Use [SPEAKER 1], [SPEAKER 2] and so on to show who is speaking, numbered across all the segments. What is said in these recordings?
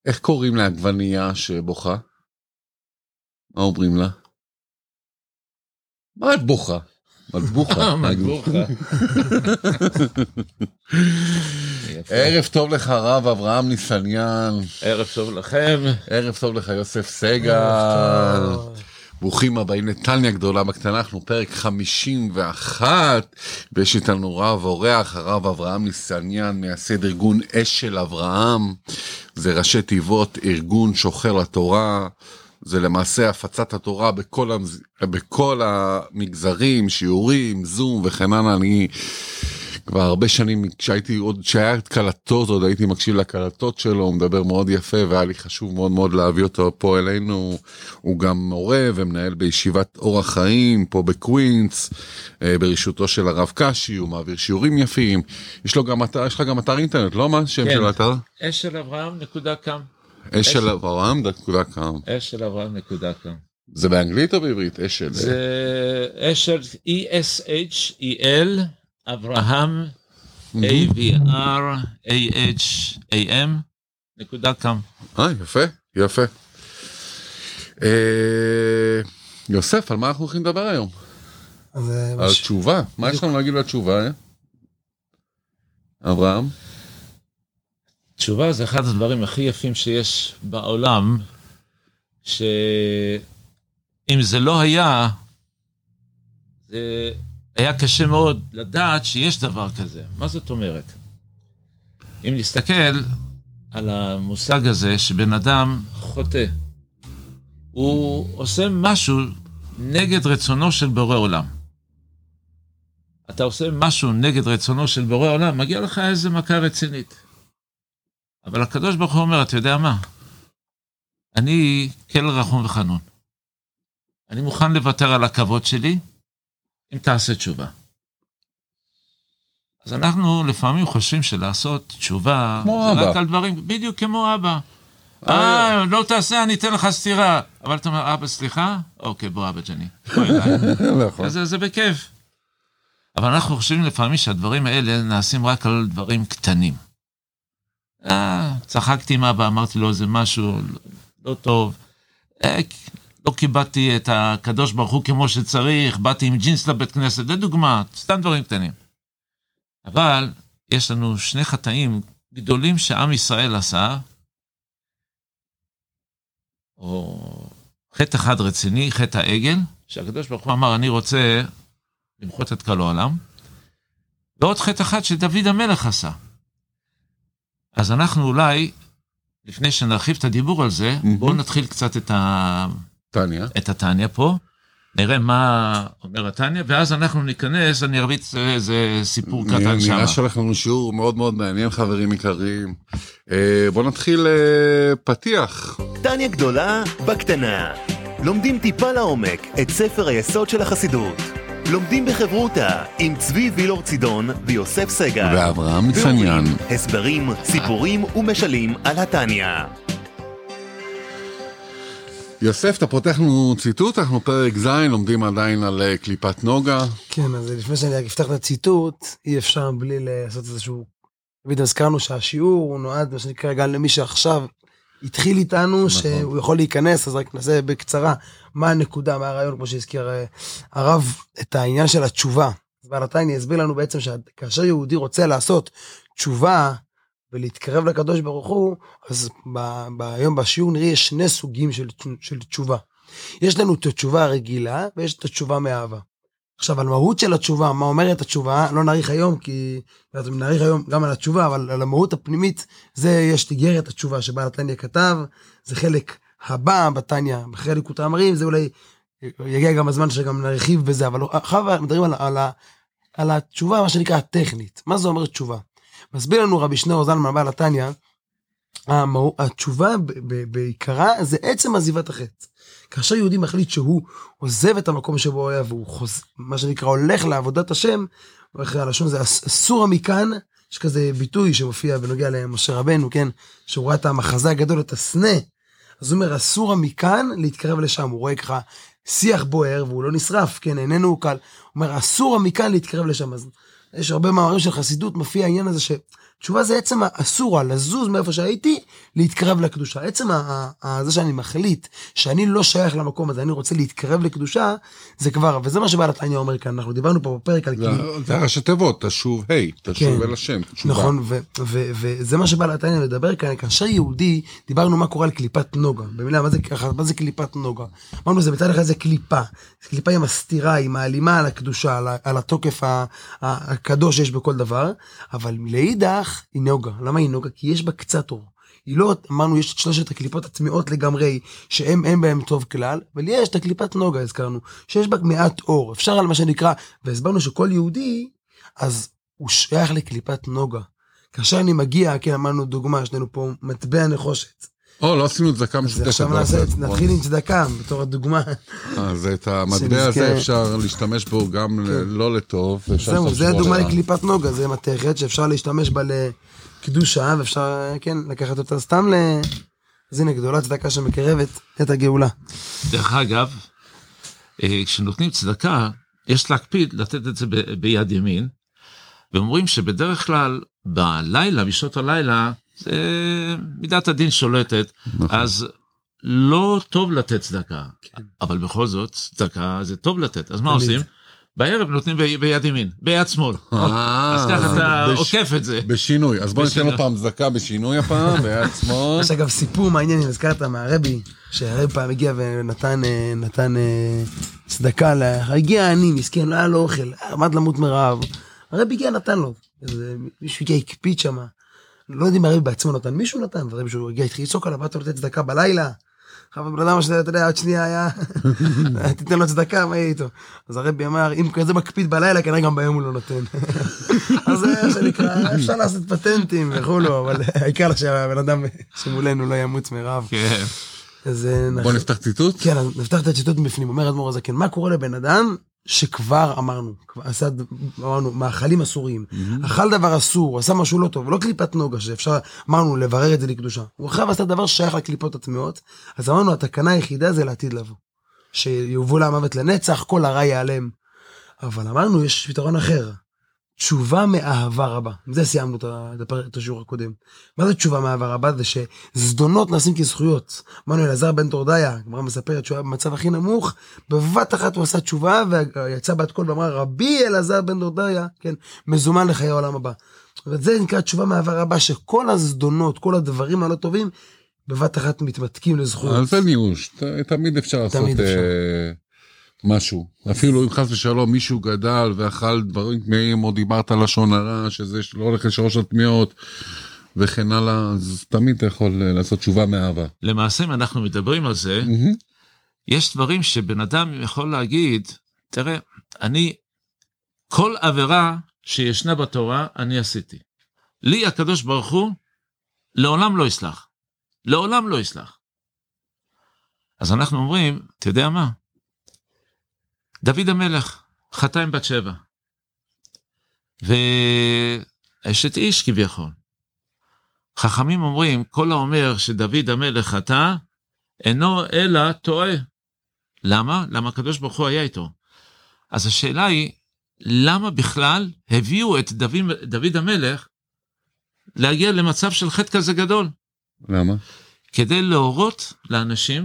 [SPEAKER 1] איך קוראים לעגבנייה שבוכה? מה אומרים לה? מה את בוכה? מטבוחה.
[SPEAKER 2] מטבוחה.
[SPEAKER 1] ערב טוב לך רב אברהם ניסניאן.
[SPEAKER 2] ערב טוב לכם.
[SPEAKER 1] ערב טוב לך יוסף סגל. ברוכים הבאים לטניה גדולה בקטנה, אנחנו פרק 51, ויש איתנו רב אורח, הרב אברהם ניסניאן, מייסד ארגון אשל אברהם, זה ראשי תיבות, ארגון שוחר לתורה, זה למעשה הפצת התורה בכל המגזרים, שיעורים, זום וכן הלאה. אני כבר הרבה שנים, כשהיה קלטות, עוד הייתי מקשיב לקלטות שלו, הוא מדבר מאוד יפה, והיה לי חשוב מאוד מאוד להביא אותו פה אלינו. הוא גם מורה ומנהל בישיבת אורח חיים, פה בקווינס, בראשותו של הרב קשי, הוא מעביר שיעורים יפים. יש לך גם אתר אינטרנט, לא? מה השם של האתר?
[SPEAKER 2] אשelavraham.com.
[SPEAKER 1] אשelavraham.com.
[SPEAKER 2] אשelavraham.com.
[SPEAKER 1] זה באנגלית או בעברית? אשל.
[SPEAKER 2] זה אשל, E-S-H-E-L, אברהם, A-V-R-A-H-A-M.com.
[SPEAKER 1] יפה, יפה. יוסף, על מה אנחנו הולכים לדבר היום? על תשובה. מה יש לנו להגיד לתשובה? אברהם?
[SPEAKER 2] תשובה זה אחד הדברים הכי יפים שיש בעולם, שאם זה לא היה, זה היה קשה מאוד לדעת שיש דבר כזה. מה זאת אומרת? אם נסתכל על המושג הזה שבן אדם חוטא, הוא עושה משהו נגד רצונו של בורא עולם. אתה עושה משהו נגד רצונו של בורא עולם, מגיע לך איזה מכה רצינית. אבל הקדוש ברוך הוא אומר, אתה יודע מה? אני כל רחום וחנון. אני מוכן לוותר על הכבוד שלי, אם תעשה תשובה. אז אנחנו לפעמים חושבים שלעשות תשובה, זה רק על דברים, בדיוק כמו אבא. לא תעשה, אני אתן לך סתירה. אבל אתה אומר, אבא, סליחה? אוקיי, בוא אבא ג'ני. זה בכיף. אבל אנחנו חושבים לפעמים שהדברים האלה נעשים רק על דברים קטנים. צחקתי עם אבא, אמרתי לו איזה משהו לא טוב. לא קיבלתי את הקדוש ברוך הוא כמו שצריך, באתי עם ג'ינס לבית כנסת, זה דוגמה, סתם דברים קטנים. אבל יש לנו שני חטאים גדולים שעם ישראל עשה, או חטא אחד רציני, חטא העגל, שהקדוש ברוך הוא אמר, אני רוצה למחות את כל העולם, ועוד חטא אחד שדוד המלך עשה. אז אנחנו אולי, לפני שנרחיב את הדיבור על זה, בואו נתחיל קצת את התניה פה, נראה מה אומר התניה, ואז אנחנו ניכנס, אני ארביץ איזה סיפור קטן שם.
[SPEAKER 1] נראה שהולך לנו שיעור מאוד מאוד מעניין, חברים יקרים. בואו נתחיל פתיח.
[SPEAKER 3] תניה גדולה בקטנה. לומדים טיפה לעומק את ספר היסוד של החסידות. לומדים בחברותה עם צבי וילור צידון ויוסף סגל.
[SPEAKER 1] ואברהם ניסניאן.
[SPEAKER 3] הסברים, סיפורים ומשלים על התניה.
[SPEAKER 1] יוסף, אתה פותח לנו ציטוט, אנחנו פרק זין, לומדים עדיין על קליפת נוגה.
[SPEAKER 4] כן, אז לפני שאני אפתח את הציטוט, אי אפשר בלי לעשות איזשהו... תמיד הזכרנו שהשיעור הוא נועד, מה שנקרא, גם למי שעכשיו התחיל איתנו, שהוא יכול להיכנס, אז רק נעשה בקצרה, מה הנקודה, מה הרעיון, כמו שהזכיר הרב, את העניין של התשובה. אז בעלתיים יסביר לנו בעצם שכאשר יהודי רוצה לעשות תשובה, ולהתקרב לקדוש ברוך הוא, אז היום בשיעור נראה יש שני סוגים של תשובה. יש לנו את התשובה הרגילה, ויש את התשובה מאהבה. עכשיו, על מהות של התשובה, מה אומרת התשובה, לא נאריך היום, כי נאריך היום גם על התשובה, אבל על המהות הפנימית, זה יש תיגרת התשובה שבעל התניה כתב, זה חלק הבא בתניה, בחלק כותרי המרים, זה אולי יגיע גם הזמן שגם נרחיב בזה, אבל עכשיו מדברים על התשובה, מה שנקרא הטכנית. מה זה אומר תשובה? מסביר לנו רבי שניאור זלמן בעל התניה, התשובה בעיקרה זה עצם עזיבת החטא. כאשר יהודי מחליט שהוא עוזב את המקום שבו היה, והוא מה שנקרא הולך לעבודת השם, הלשון זה אסור מכאן, יש כזה ביטוי שמופיע בנוגע למשה רבנו, כן, שהוא ראה את המחזה הגדול, את הסנה, אז הוא אומר אסור מכאן להתקרב לשם, הוא רואה ככה שיח בוער, והוא לא נשרף, כן, איננו קל, הוא אומר אסור מכאן להתקרב לשם, אז יש הרבה מאמרים של חסידות, מופיע העניין הזה תשובה זה עצם האסורה, לזוז מאיפה שהייתי, להתקרב לקדושה. עצם זה שאני מחליט, שאני לא שייך למקום הזה, אני רוצה להתקרב לקדושה, זה כבר, וזה מה שבעל התניא אומר כאן, אנחנו דיברנו פה בפרק על
[SPEAKER 1] זה ראשי תיבות, תשוב, תשוב אל השם, תשובה.
[SPEAKER 4] נכון, וזה מה שבעל התניא מדבר כאן, כאשר יהודי, דיברנו מה קורה על קליפת נוגה, במילה, מה זה קליפת נוגה? אמרנו, זה מצד אחד זה קליפה, קליפה היא מסתירה, היא מעלימה על הקדושה, על התוקף הקדוש שיש בכל דבר, אבל לאידך היא נוגה. למה היא נוגה? כי יש בה קצת אור. היא לא, אמרנו, יש את שלושת הקליפות הטמאות לגמרי, שהם בהם טוב כלל, אבל יש את הקליפת נוגה, הזכרנו, שיש בה מעט אור. אפשר על מה שנקרא, והסברנו שכל יהודי, אז הוא שייך לקליפת נוגה. כאשר אני מגיע, כן, אמרנו דוגמה, יש לנו פה מטבע נחושת.
[SPEAKER 1] לא עשינו צדקה משותפת.
[SPEAKER 4] עכשיו נתחיל עם צדקה, בתור הדוגמה.
[SPEAKER 1] אז את המטבע הזה אפשר להשתמש בו גם לא לטוב.
[SPEAKER 4] זהו, זה הדוגמה לקליפת נוגה, זה מתכת שאפשר להשתמש בה לקדושה, ואפשר, כן, לקחת אותה סתם אז הנה, גדולה צדקה שמקרבת את הגאולה.
[SPEAKER 2] דרך אגב, כשנותנים צדקה, יש להקפיד לתת את זה ביד ימין, ואומרים שבדרך כלל, בלילה, בשעות הלילה, זה מידת הדין שולטת, אז לא טוב לתת צדקה, אבל בכל זאת, צדקה זה טוב לתת, אז מה עושים? בערב נותנים ביד ימין, ביד שמאל, אז ככה אתה עוקף את זה.
[SPEAKER 1] בשינוי, אז בוא ניתן לו פעם צדקה בשינוי הפעם, ביד שמאל.
[SPEAKER 4] יש אגב סיפור מעניין, אם הזכרת מהרבי, שהרבי פעם הגיע ונתן צדקה, הגיע עני, מסכן, לא היה לו אוכל, עמד למות מרעב, הרבי הגיע נתן לו, מישהו הגיע הקפיד שם, לא יודעים הרבי בעצמו נתן, מישהו נתן, והרבי שהוא הגיע, התחיל לצעוק עליו, אתה לתת צדקה בלילה, חבר בן אדם שאתה יודע, עוד שנייה היה, תיתן לו צדקה, מה יהיה איתו? אז הרבי אמר, אם כזה מקפיד בלילה, כנראה גם ביום הוא לא נותן. אז זה שנקרא, אפשר לעשות פטנטים וכולו, אבל העיקר לה שהבן אדם שמולנו לא ימוץ מרעב.
[SPEAKER 1] כן. בוא נפתח ציטוט?
[SPEAKER 4] כן, נפתח את הציטוט מבפנים, אומר אדמו"ר הזקן, מה קורה לבן אדם שכבר אמרנו, מאכלים אסורים, אכל דבר אסור, עשה משהו לא טוב, לא קליפת נוגה, שאפשר, אמרנו, לברר את זה לקדושה. הוא עכשיו עשה דבר שייך לקליפות הטמאות, אז אמרנו, התקנה היחידה זה לעתיד לבוא. שיובאו למוות לנצח, כל הרע ייעלם. אבל אמרנו, יש פתרון אחר. תשובה מאהבה רבה. זה סיימנו את השיעור הקודם. מה זה תשובה מאהבה רבה? זה שזדונות נעשים כזכויות. אמרנו, אלעזר בן דורדיה, גמרא מספרת שהוא היה במצב הכי נמוך, בבת אחת הוא עשה תשובה, ויצא בת קול ואמר, רבי אלעזר בן דורדיה, כן, מזומן לחיי העולם הבא. וזה נקרא תשובה מאהבה רבה, שכל הזדונות, כל הדברים הלא טובים, בבת אחת מתמתקים לזכויות.
[SPEAKER 1] על זה ניוש, תמיד אפשר לעשות משהו. אפילו אם חס ושלום מישהו גדל ואכל דברים תמיים, או דיברת על לשון הרע, שזה לא הולך לשלוש התמיעות, וכן הלאה, אז תמיד אתה יכול לעשות תשובה מאהבה.
[SPEAKER 2] למעשה, אם אנחנו מדברים על זה, יש דברים שבן אדם יכול להגיד, תראה, כל עבירה שישנה בתורה, אני עשיתי. לי הקדוש ברוך הוא, לעולם לא יסלח. לעולם לא יסלח. אז אנחנו אומרים, אתה יודע מה? דוד המלך, חטא עם בת שבע. ואשת איש כביכול. חכמים אומרים, כל האומר שדוד המלך חטא, אינו אלא טועה. למה? למה הקדוש ברוך הוא היה איתו. אז השאלה היא, למה בכלל הביאו את דוד המלך להגיע למצב של חטא כזה גדול?
[SPEAKER 1] למה?
[SPEAKER 2] כדי להורות לאנשים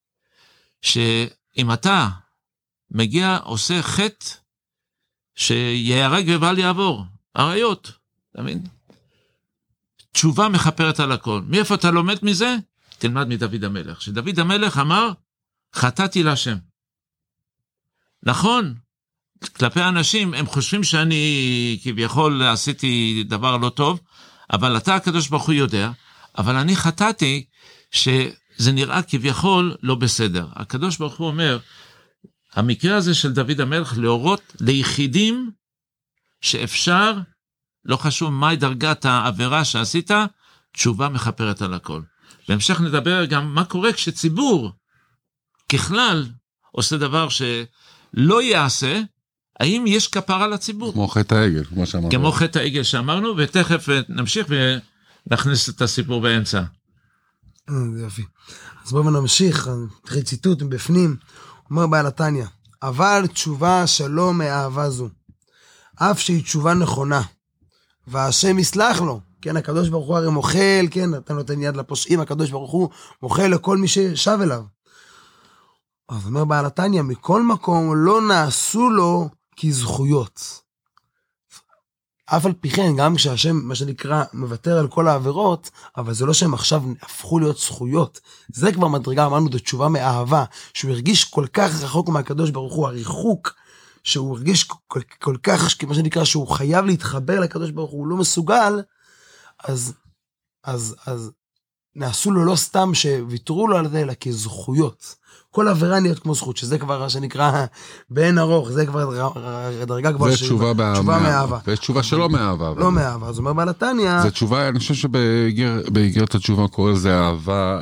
[SPEAKER 2] שאם אתה מגיע, עושה חטא שיהרג ובל יעבור, עריות, תמיד. תשובה מחפרת על הכל. מאיפה אתה לומד מזה? תלמד מדוד המלך. שדוד המלך אמר, חטאתי להשם. נכון, כלפי אנשים, הם חושבים שאני כביכול עשיתי דבר לא טוב, אבל אתה הקדוש ברוך הוא יודע, אבל אני חטאתי שזה נראה כביכול לא בסדר. הקדוש ברוך הוא אומר, המקרה הזה של דוד המלך להורות ליחידים שאפשר, לא חשוב מהי דרגת העבירה שעשית, תשובה מחפרת על הכל. בהמשך נדבר גם מה קורה כשציבור ככלל עושה דבר שלא יעשה, האם יש כפרה לציבור?
[SPEAKER 1] כמו חטא העגל, כמו שאמרנו.
[SPEAKER 2] כמו חטא העגל שאמרנו, ותכף נמשיך ונכניס את הסיפור באמצע.
[SPEAKER 4] זה יופי. אז בואו נמשיך, תחיל ציטוט מבפנים, אומר בעל התניא, אבל תשובה שלא מאהבה זו, אף שהיא תשובה נכונה, והשם יסלח לו, כן, הקדוש ברוך הוא הרי מוכל, כן, אתה נותן יד לפושעים, הקדוש ברוך הוא מוכל לכל מי ששב אליו. אז אומר בעל התניא, מכל מקום לא נעשו לו כזכויות. אף על פי כן, גם כשהשם, מה שנקרא, מוותר על כל העבירות, אבל זה לא שהם עכשיו הפכו להיות זכויות. זה כבר מדרגה, אמרנו, זו תשובה מאהבה, שהוא הרגיש כל כך רחוק מהקדוש ברוך הוא, הריחוק, שהוא הרגיש כל כך, מה שנקרא, שהוא חייב להתחבר לקדוש ברוך הוא, הוא לא מסוגל, אז נעשו לו לא סתם שוויתרו לו על זה, אלא כזכויות. כל עבירה נהיות כמו זכות, שזה כבר שנקרא באין ארוך, זה כבר דרגה כבר...
[SPEAKER 1] זה תשובה מאהבה. ויש תשובה שלא מאהבה.
[SPEAKER 4] לא מאהבה, אז אומר בעל התניא...
[SPEAKER 1] זה תשובה, אני חושב שבאיגרת התשובה קורא לזה אהבה,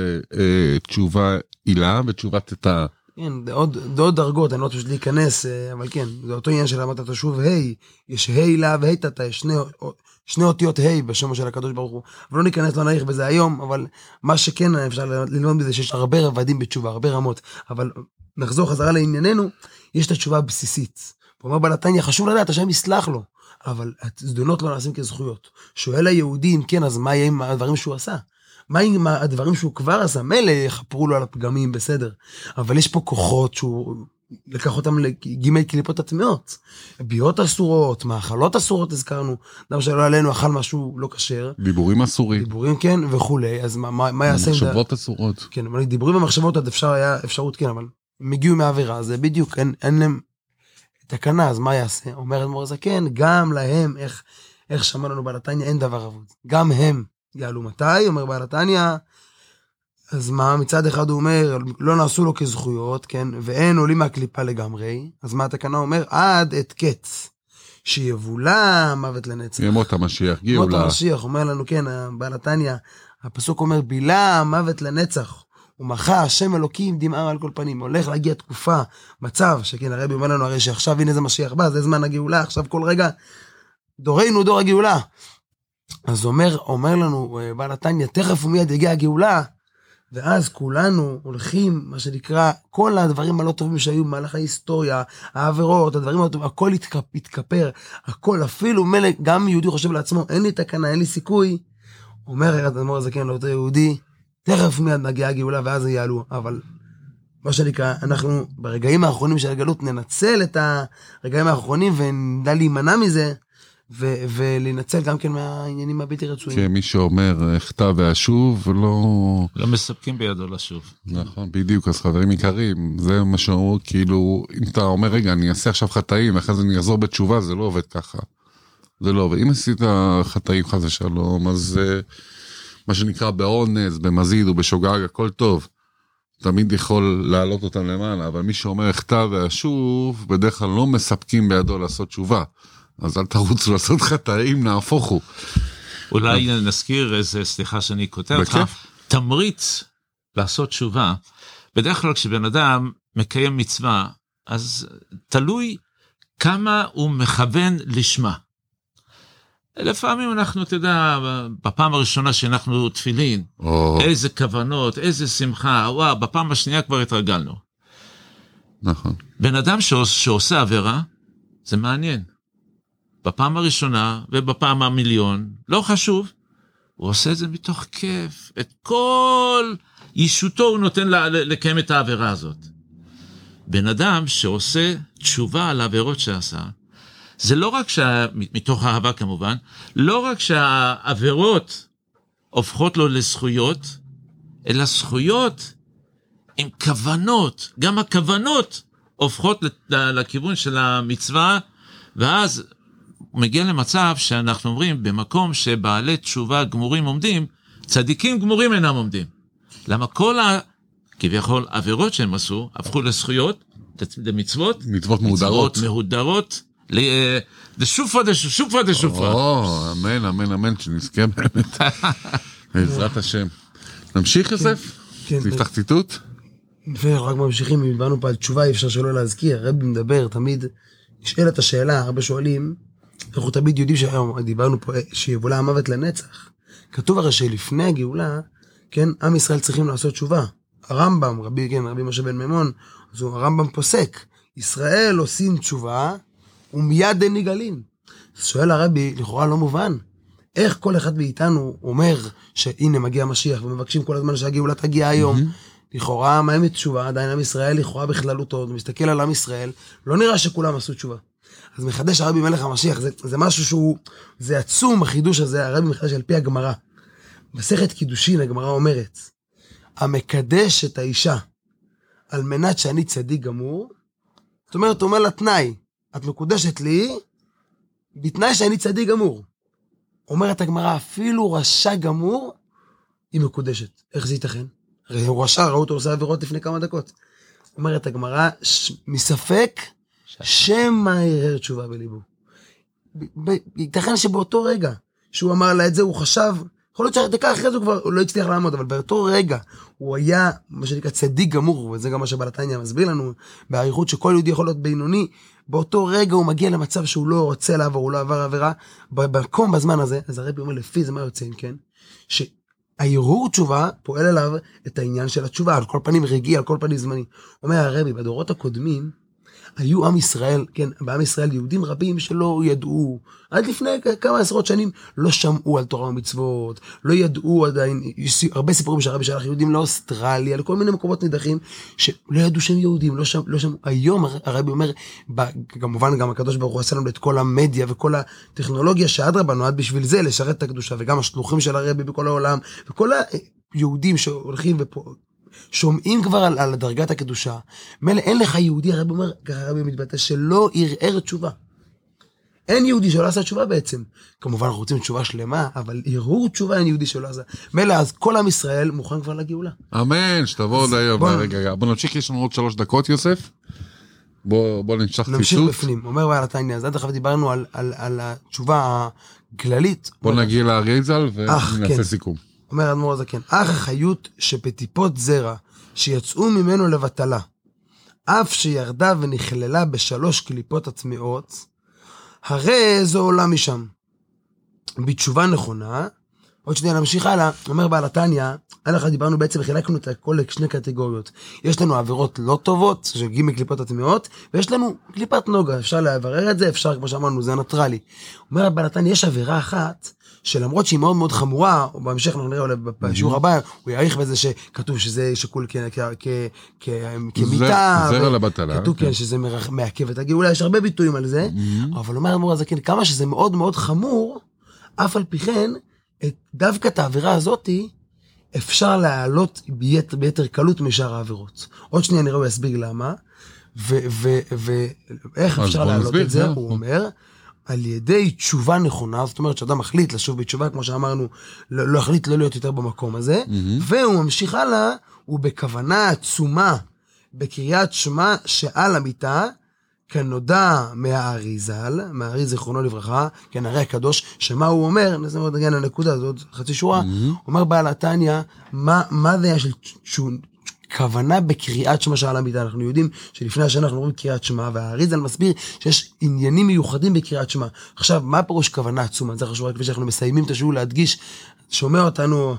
[SPEAKER 1] תשובה עילה ותשובה תתה.
[SPEAKER 4] כן, זה עוד דרגות, אני לא רוצה להיכנס, אבל כן, זה אותו עניין של אמרת תשוב היי, יש היי לה והי תתה, יש שני אותיות היי בשמו של הקדוש ברוך הוא, אבל לא ניכנס, לא נעריך בזה היום, אבל מה שכן אפשר ללמוד בזה, שיש הרבה רבדים בתשובה, הרבה רמות, אבל נחזור חזרה לענייננו, יש את התשובה הבסיסית. הוא אומר בעל התניא, חשוב לדעת, השם יסלח לו, אבל הזדונות לא נעשים כזכויות. שואל היהודי, אם כן, אז מה יהיה עם הדברים שהוא עשה? מה עם הדברים שהוא כבר עשה? מלא יחפרו לו על הפגמים, בסדר. אבל יש פה כוחות שהוא לקח אותם לגימי קליפות הטמאות. ביעות אסורות, מאכלות אסורות הזכרנו. אדם שלא עלינו אכל משהו לא כשר.
[SPEAKER 1] דיבורים אסורים.
[SPEAKER 4] דיבורים כן וכולי. אז מה יעשה?
[SPEAKER 1] מחשבות אסורות.
[SPEAKER 4] כן, אבל דיבורים ומחשבות עד היה אפשרות כן, אבל הם הגיעו מהעבירה. זה בדיוק, אין להם תקנה, אז מה יעשה? אומר אדמו"ר הזקן, גם להם, איך שמע לנו בעל התניא, אין דבר אבוד. גם הם יעלו מתי, אומר בעל התניא, אז מה, מצד אחד הוא אומר, לא נעשו לו כזכויות, כן, ואין עולים מהקליפה לגמרי, אז מה התקנה אומר? עד את קץ, שיבולה מוות לנצח.
[SPEAKER 1] ימות המשיח, גאולה.
[SPEAKER 4] ימות המשיח, אומר לנו, כן, בעל התניא, הפסוק אומר, בילה מוות לנצח, ומחה השם אלוקים דמעה על כל פנים, הולך להגיע תקופה, מצב, שכן הרבי אומר לנו, הרי שעכשיו הנה זה משיח בא, זה זמן הגאולה, עכשיו כל רגע, דורנו דור הגאולה. אז אומר לנו בעל התניא, תכף ומיד יגיע הגאולה, ואז כולנו הולכים, מה שנקרא, כל הדברים הלא טובים שהיו במהלך ההיסטוריה, העבירות, הדברים הלא טובים, הכל יתכפר, הכל, אפילו מלך, גם יהודי חושב לעצמו, אין לי תקנה, אין לי סיכוי, אומר אדמו"ר הזקן לאותו יהודי, תכף מיד נגיע הגאולה ואז זה יעלו, אבל מה שנקרא, אנחנו ברגעים האחרונים של הגלות ננצל את הרגעים האחרונים ונדע להימנע מזה, ולנצל גם כן מהעניינים הבלתי רצויים.
[SPEAKER 1] כן, מי שאומר, כתב ואשוב,
[SPEAKER 2] לא מספקים בידו לשוב.
[SPEAKER 1] נכון, בדיוק, אז חברים יקרים, זה מה שאומרו, כאילו, אם אתה אומר, רגע, אני אעשה עכשיו חטאים, ואחרי זה אני אחזור בתשובה, זה לא עובד ככה. זה לא עובד. אם עשית חטאים חס ושלום, אז מה שנקרא באונס, במזיד ובשוגג, הכל טוב. תמיד יכול להעלות אותם למעלה, אבל מי שאומר, כתב ואשוב, בדרך כלל לא מספקים בידו לעשות תשובה. אז אל תרוצו לעשות חטאים, נהפוך הוא.
[SPEAKER 2] אולי נזכיר איזה, סליחה שאני כותב אותך, תמריץ לעשות תשובה. בדרך כלל כשבן אדם מקיים מצווה, אז תלוי כמה הוא מכוון לשמה. לפעמים אנחנו, אתה יודע, בפעם הראשונה שאנחנו תפילין, איזה כוונות, איזה שמחה, וואו, בפעם השנייה כבר התרגלנו.
[SPEAKER 1] נכון.
[SPEAKER 2] בן אדם שעושה עבירה, זה מעניין. בפעם הראשונה ובפעם המיליון, לא חשוב, הוא עושה את זה מתוך כיף, את כל ישותו הוא נותן לקיים את העבירה הזאת. בן אדם שעושה תשובה על העבירות שעשה, זה לא רק מתוך האהבה כמובן, לא רק שהעבירות הופכות לו לזכויות, אלא זכויות עם כוונות, גם הכוונות הופכות לכיוון של המצווה, ואז הוא מגיע למצב שאנחנו אומרים, במקום שבעלי תשובה גמורים עומדים, צדיקים גמורים אינם עומדים. למה כל כביכול עבירות שהם עשו, הפכו לזכויות, למצוות,
[SPEAKER 1] מצוות
[SPEAKER 2] מהודרות, לשופרה דשופרה.
[SPEAKER 1] אמן, אמן, אמן, שנזכה באמת. בעזרת השם. נמשיך יוסף? נפתח ציטוט?
[SPEAKER 4] רק ממשיכים, אם באנו פה על תשובה, אי אפשר שלא להזכיר, הרבי מדבר, תמיד נשאל את השאלה, הרבה שואלים, אנחנו תמיד יודעים שהיום דיברנו פה שיבולה המוות לנצח. כתוב הרי שלפני הגאולה, כן, עם ישראל צריכים לעשות תשובה. הרמב"ם, רבי משה בן מימון, אז הרמב"ם פוסק, ישראל עושים תשובה, ומיד הם נגאלים. אז שואל הרבי, לכאורה לא מובן, איך כל אחד מאיתנו אומר שהנה מגיע משיח, ומבקשים כל הזמן שהגאולה תגיע היום. לכאורה, מה עם תשובה? עדיין עם ישראל, לכאורה בכללותו, מסתכל על עם ישראל, לא נראה שכולם עשו תשובה. אז מחדש הרבי מלך המשיח, זה משהו שהוא, זה עצום החידוש הזה, הרבי מחדש על פי הגמרא. מסכת קידושין, הגמרא אומרת, המקדש את האישה, על מנת שאני צדיק גמור, זאת אומרת, הוא אומר לה תנאי, את מקודשת לי, בתנאי שאני צדיק גמור. אומרת הגמרא, אפילו רשע גמור, היא מקודשת. איך זה ייתכן? הרי הוא רשע, ראו אותו עושה עבירות לפני כמה דקות. אומרת הגמרא, מספק, שמא יראה תשובה בליבו. ייתכן שבאותו רגע, שהוא אמר לה את זה, הוא חשב, יכול להיות שדקה אחרי זה הוא כבר לא הצליח לעמוד, אבל באותו רגע, הוא היה, מה שנקרא, צדיק גמור, וזה גם מה שבעל התניא מסביר לנו, בעריכות שכל יהודי יכול להיות בינוני, באותו רגע הוא מגיע למצב שהוא לא רוצה לעבור, הוא לא עבר עבירה, במקום בזמן הזה, אז הרבי אומר, לפי זה מה יוצא, כן? שהערעור תשובה פועל עליו את העניין של התשובה, על כל פנים רגיע, על כל פנים זמני. אומר הרבי, בדורות הקודמים, היו עם ישראל, כן, בעם ישראל יהודים רבים שלא ידעו, עד לפני כמה עשרות שנים, לא שמעו על תורה ומצוות, לא ידעו עדיין, יש הרבה סיפורים שהרבי שלח יהודים לאוסטרליה, לכל מיני מקומות נידחים, שלא ידעו שהם יהודים, לא שמעו. היום הרבי אומר, כמובן גם הקדוש ברוך הוא עשה לנו את כל המדיה וכל הטכנולוגיה שאדרבה נועד בשביל זה, לשרת את הקדושה, וגם השלוחים של הרבי בכל העולם, וכל היהודים שהולכים ופה, שומעים כבר על דרגת הקדושה, מלא אין לך יהודי, הרבי אומר, הרבי מתבטא, שלא ירער תשובה. אין יהודי שלא עשה תשובה בעצם. כמובן אנחנו רוצים תשובה שלמה, אבל ערעור תשובה אין יהודי שלא עשה. מלא, אז כל עם ישראל מוכן כבר לגאולה.
[SPEAKER 1] אמן, שתבוא עוד היום. רגע, בוא נמשיך, יש לנו עוד 3 דקות, יוסף. בוא נמשך ציטוט.
[SPEAKER 4] נמשיך בפנים, אומר בעל התניא, אז עד עכשיו דיברנו על התשובה הכללית.
[SPEAKER 1] בוא נגיע לאריזל ונעשה סיכום.
[SPEAKER 4] אומר אדמו"ר הזקן, אך החיות שבטיפות זרע שיצאו ממנו לבטלה, אף שירדה ונכללה ב3 קליפות הטמעות, הרי זו עולה משם. בתשובה נכונה, עוד שנייה נמשיך הלאה, אומר בעל התניא, עד אחד דיברנו בעצם, חילקנו את הכל לשני קטגוריות. יש לנו עבירות לא טובות, שגים מקליפות הטמעות, ויש לנו קליפת נוגה, אפשר להברר את זה, אפשר, כמו שאמרנו, זה נטרלי. אומר בעל התניא, יש עבירה אחת, שלמרות שהיא מאוד מאוד חמורה, או בהמשך אנחנו נראה בשיעור הבא, הוא יעריך בזה שכתוב שזה שקול כמיטה,
[SPEAKER 1] זרע לבטלה.
[SPEAKER 4] כתוב כן שזה מעכב את הגאולה, יש הרבה ביטויים על זה, אבל אומר אדמו"ר הזקן, כמה שזה מאוד מאוד חמור, אף על פי כן, דווקא את העבירה הזאת, אפשר להעלות ביתר קלות משאר העבירות. עוד שנייה נראה, הוא יסביר למה, ואיך אפשר להעלות את זה, הוא אומר, על ידי תשובה נכונה, זאת אומרת שאדם מחליט לשוב בתשובה, כמו שאמרנו, לא החליט לא להיות יותר במקום הזה, והוא ממשיך הלאה, הוא בכוונה עצומה, בקריאת שמע שעל המיטה, כנודע מהאריזל, מהאריז זיכרונו לברכה, כן, הרי הקדוש, שמה הוא אומר, נעשה מאוד נגיע לנקודה, זאת חצי שורה, הוא אומר בעל התניא, מה זה היה של כוונה בקריאת שמע שעל המיטה? אנחנו יודעים שלפני השנה אנחנו רואים קריאת שמע, והאריזל מסביר שיש עניינים מיוחדים בקריאת שמע. עכשיו, מה פירוש כוונה עצומה? זה חשוב רק כשאנחנו מסיימים את השיעור להדגיש, שומע אותנו,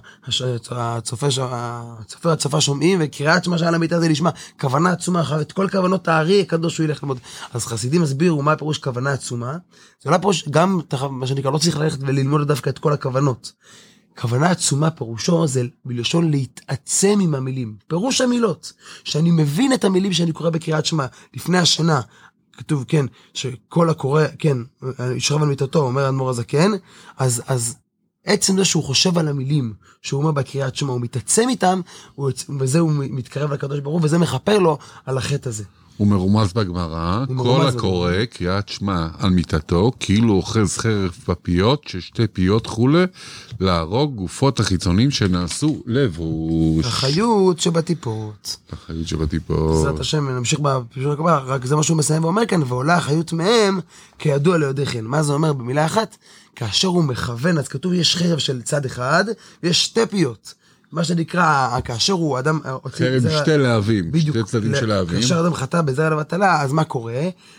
[SPEAKER 4] הצופה שומעים, וקריאת שמע שעל המיטה זה לשמה, כוונה עצומה, את כל כוונות הארי הקדוש הוא ילך ללמוד. אז חסידים מסבירו מה פירוש כוונה עצומה, זה לא פירוש, גם מה שנקרא, לא צריך ללכת וללמוד דווקא את כל הכוונות. כוונה עצומה פירושו זה בלשון להתעצם עם המילים. פירוש המילות, שאני מבין את המילים שאני קורא בקריאת שמע. לפני השנה, כתוב, כן, שכל הקורא, כן, ישרב על מיטתו, אומר אדמו"ר הזקן, אז עצם זה שהוא חושב על המילים, שהוא אומר בקריאת שמע, הוא מתעצם איתם, וזה הוא מתקרב לקדוש ברוך הוא, וזה מחפר לו על החטא הזה.
[SPEAKER 1] הוא מרומז בגמרא, כל הקורא קריאת שמע על מיטתו, כאילו אוחז חרב בפיות, ששתי פיות חולה, להרוג גופות החיצונים שנעשו לבוש.
[SPEAKER 4] החיות שבטיפות.
[SPEAKER 1] החיות שבטיפות.
[SPEAKER 4] בעזרת השם, נמשיך בפרשת הקבלה, רק זה מה שהוא מסיים ואומר כאן, ועולה החיות מהם, כידוע ליודעכם. מה זה אומר במילה אחת? כאשר הוא מכוון, אז כתוב יש חרב של צד אחד, ויש שתי פיות. מה שנקרא, כאשר הוא אדם...
[SPEAKER 1] חרב שתי להבים, שתי צדדים של להבים.
[SPEAKER 4] כאשר אדם חטא בזרע לבטלה, אז מה קורה?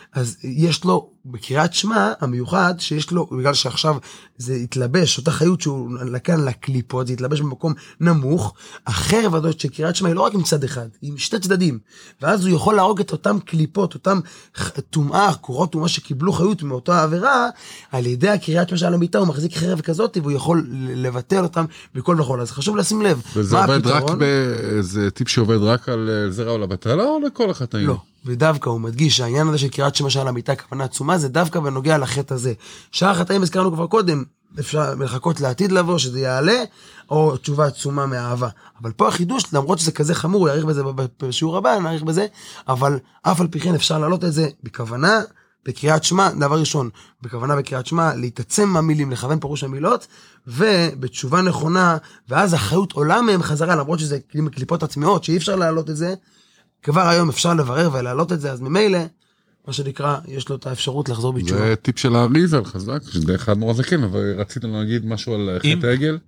[SPEAKER 4] אז יש לו, בקריאת שמע המיוחד שיש לו, בגלל שעכשיו זה התלבש, אותה חיות שהוא לקן לקליפות, זה התלבש במקום נמוך, החרב הזאת של קריאת שמע היא לא רק עם צד אחד, היא עם שתי צדדים, ואז הוא יכול להרוג את אותם קליפות, אותם טומאה, קורות טומאה שקיבלו חיות מאותה עבירה, על ידי הקריאת שמע של המיטה, הוא מחזיק חרב כזאת, והוא יכול לבטל אותם בכל וכל, אז חשוב לשים לב.
[SPEAKER 1] וזה עובד רק זה טיפ שעובד רק על זרע או לבטלה, או לכל החטאים?
[SPEAKER 4] לא. ודווקא הוא מדגיש שהעניין הזה של קריאת שמע של המיטה, כוונה עצומה, זה דווקא בנוגע לחטא הזה. שאר החטאים הזכרנו כבר קודם, אפשר לחכות לעתיד לבוא, שזה יעלה, או תשובה עצומה מהאהבה. אבל פה החידוש, למרות שזה כזה חמור, יעריך בזה בשיעור הבא, נעריך בזה, אבל אף על פי כן אפשר להעלות את זה בכוונה, בקריאת שמע, דבר ראשון, בכוונה בקריאת שמע, להתעצם מהמילים, לכוון פירוש המילות, ובתשובה נכונה, ואז החיות עולה מהם חזרה, למרות שזה קליפות עצמיות, שאי אפשר להעלות את זה, כבר היום אפשר לברר ולהעלות את זה, אז ממילא, מה שנקרא, יש לו את האפשרות לחזור בתשובה.
[SPEAKER 1] זה טיפ של האריזל חזק, שזה אחד נורא זקן, אבל רצית להגיד משהו על חטא העגל?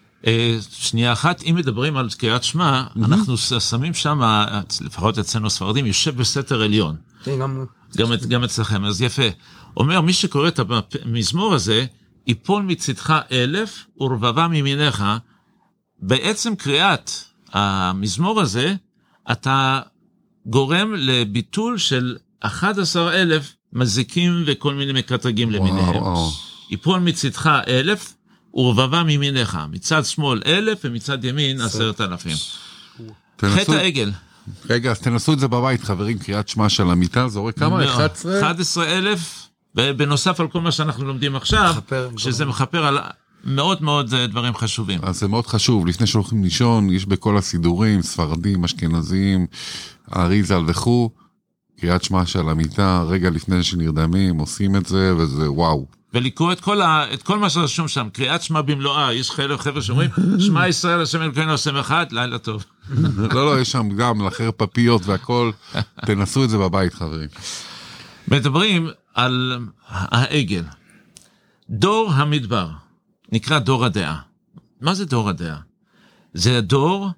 [SPEAKER 2] שנייה אחת, אם מדברים על קריאת שמע, אנחנו שמים שם, לפחות אצלנו ספרדים, יושב בסתר עליון. גם אצלכם, אז יפה. אומר, מי שקורא את המזמור הזה, יפול מצדך 1000 ורבבה מימינך. בעצם קריאת המזמור הזה, אתה גורם לביטול של 11,000 מזיקים וכל מיני מקטרגים למיניהם. יפול מצדך 1000 ורבבה מימינך. מצד שמאל 1,000 ומצד ימין 10,000. חטא העגל.
[SPEAKER 1] רגע, אז תנסו את זה בבית, חברים, קריאת שמע של המיטה, זורק כמה? 11?
[SPEAKER 2] 11,000, ובנוסף על כל מה שאנחנו לומדים עכשיו, שזה מחפר על מאוד מאוד דברים חשובים.
[SPEAKER 1] אז זה מאוד חשוב, לפני שהולכים לישון, יש בכל הסידורים, ספרדים, אשכנזיים, אריזל וכו', קריאת שמע של המיטה, רגע לפני שנרדמים, עושים את זה, וזה וואו.
[SPEAKER 2] ולקרוא את כל מה שרשום שם, קריאת שמע במלואה, יש חבר'ה שאומרים, שמע ישראל השם אלוקינו השם אחד, לילה טוב.
[SPEAKER 1] לא, יש שם גם לחר פפיות והכל, תנסו את זה בבית, חברים.
[SPEAKER 2] מדברים על העגל. דור המדבר, נקרא דור הדעה. מה זה דור הדעה? זה הדור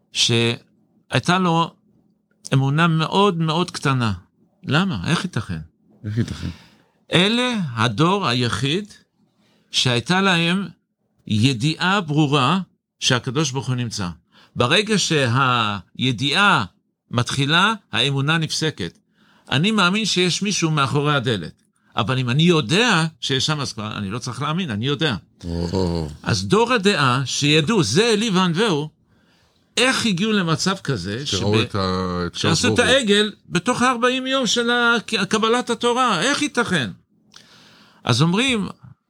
[SPEAKER 2] שהייתה לו אמונה מאוד מאוד קטנה. למה? איך ייתכן?
[SPEAKER 1] איך ייתכן?
[SPEAKER 2] אלה הדור היחיד שהייתה להם ידיעה ברורה שהקדוש ברוך הוא נמצא. ברגע שהידיעה מתחילה, האמונה נפסקת. אני מאמין שיש מישהו מאחורי הדלת. אבל אם אני יודע שיש שם, אז כבר אני לא צריך להאמין, אני יודע. אז דור הדעה שידעו, זה אלי וענווהו, איך הגיעו למצב כזה, שעשו את העגל בתוך 40 יום של קבלת התורה, איך ייתכן? אז אומרים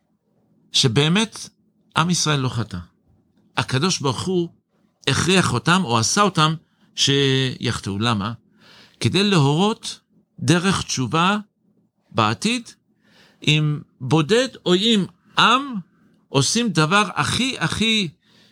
[SPEAKER 2] שבאמת עם ישראל לא חטא. הקדוש ברוך הוא הכריח אותם או עשה אותם שיחטאו. למה? כדי להורות דרך תשובה בעתיד, אם בודד או אם עם עושים דבר הכי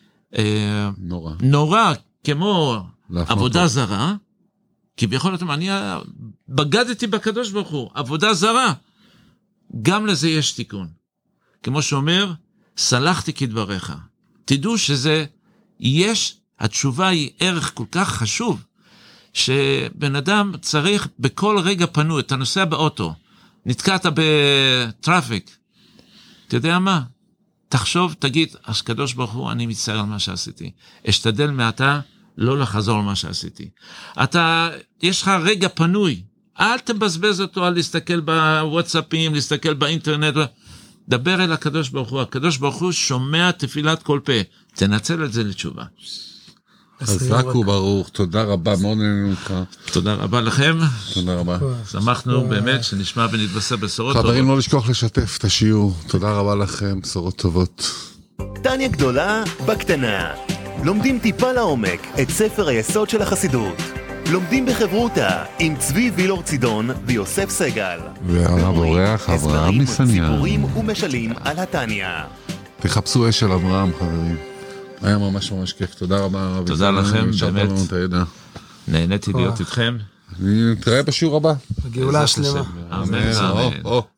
[SPEAKER 2] נורא כמו עבודה זרה, כביכול אתם, אני בגדתי בקדוש ברוך הוא, עבודה זרה, גם לזה יש תיקון. כמו שאומר, סלחתי כדבריך. תדעו שזה, התשובה היא ערך כל כך חשוב, שבן אדם צריך בכל רגע פנו, אתה נוסע באוטו, נתקעת בטראפיק, אתה יודע מה? תחשוב, תגיד, אז קדוש ברוך הוא, אני מצטער על מה שעשיתי. אשתדל מעתה לא לחזור על מה שעשיתי. יש לך רגע פנוי, אל תבזבז אותו על להסתכל בוואטסאפים, להסתכל באינטרנט, דבר אל הקדוש ברוך הוא. הקדוש ברוך הוא שומע תפילת כל פה, תנצל את זה לתשובה.
[SPEAKER 1] חזק וברוך, תודה רבה, מאוד נהנינו אותך.
[SPEAKER 2] תודה רבה לכם.
[SPEAKER 1] תודה רבה.
[SPEAKER 2] שמחנו באמת שנשמע ונתבשר בשורות טובות.
[SPEAKER 1] חברים, לא לשכוח לשתף את השיעור. תודה רבה לכם, בשורות טובות.
[SPEAKER 3] טניה גדולה בקטנה. לומדים טיפה לעומק את ספר היסוד של החסידות. לומדים בחברותה עם צבי וילור צידון ויוסף סגל.
[SPEAKER 1] והרב אורח אברהם ניסניאן.
[SPEAKER 3] סיפורים ומשלים על הטניה.
[SPEAKER 1] תחפשו אש של אברהם, חברים. היה ממש ממש כיף, תודה רבה.
[SPEAKER 2] תודה לכם, באמת. נהניתי להיות איתכם.
[SPEAKER 1] נתראה בשיעור הבא.
[SPEAKER 4] בגאולה השלמה.
[SPEAKER 2] אמן.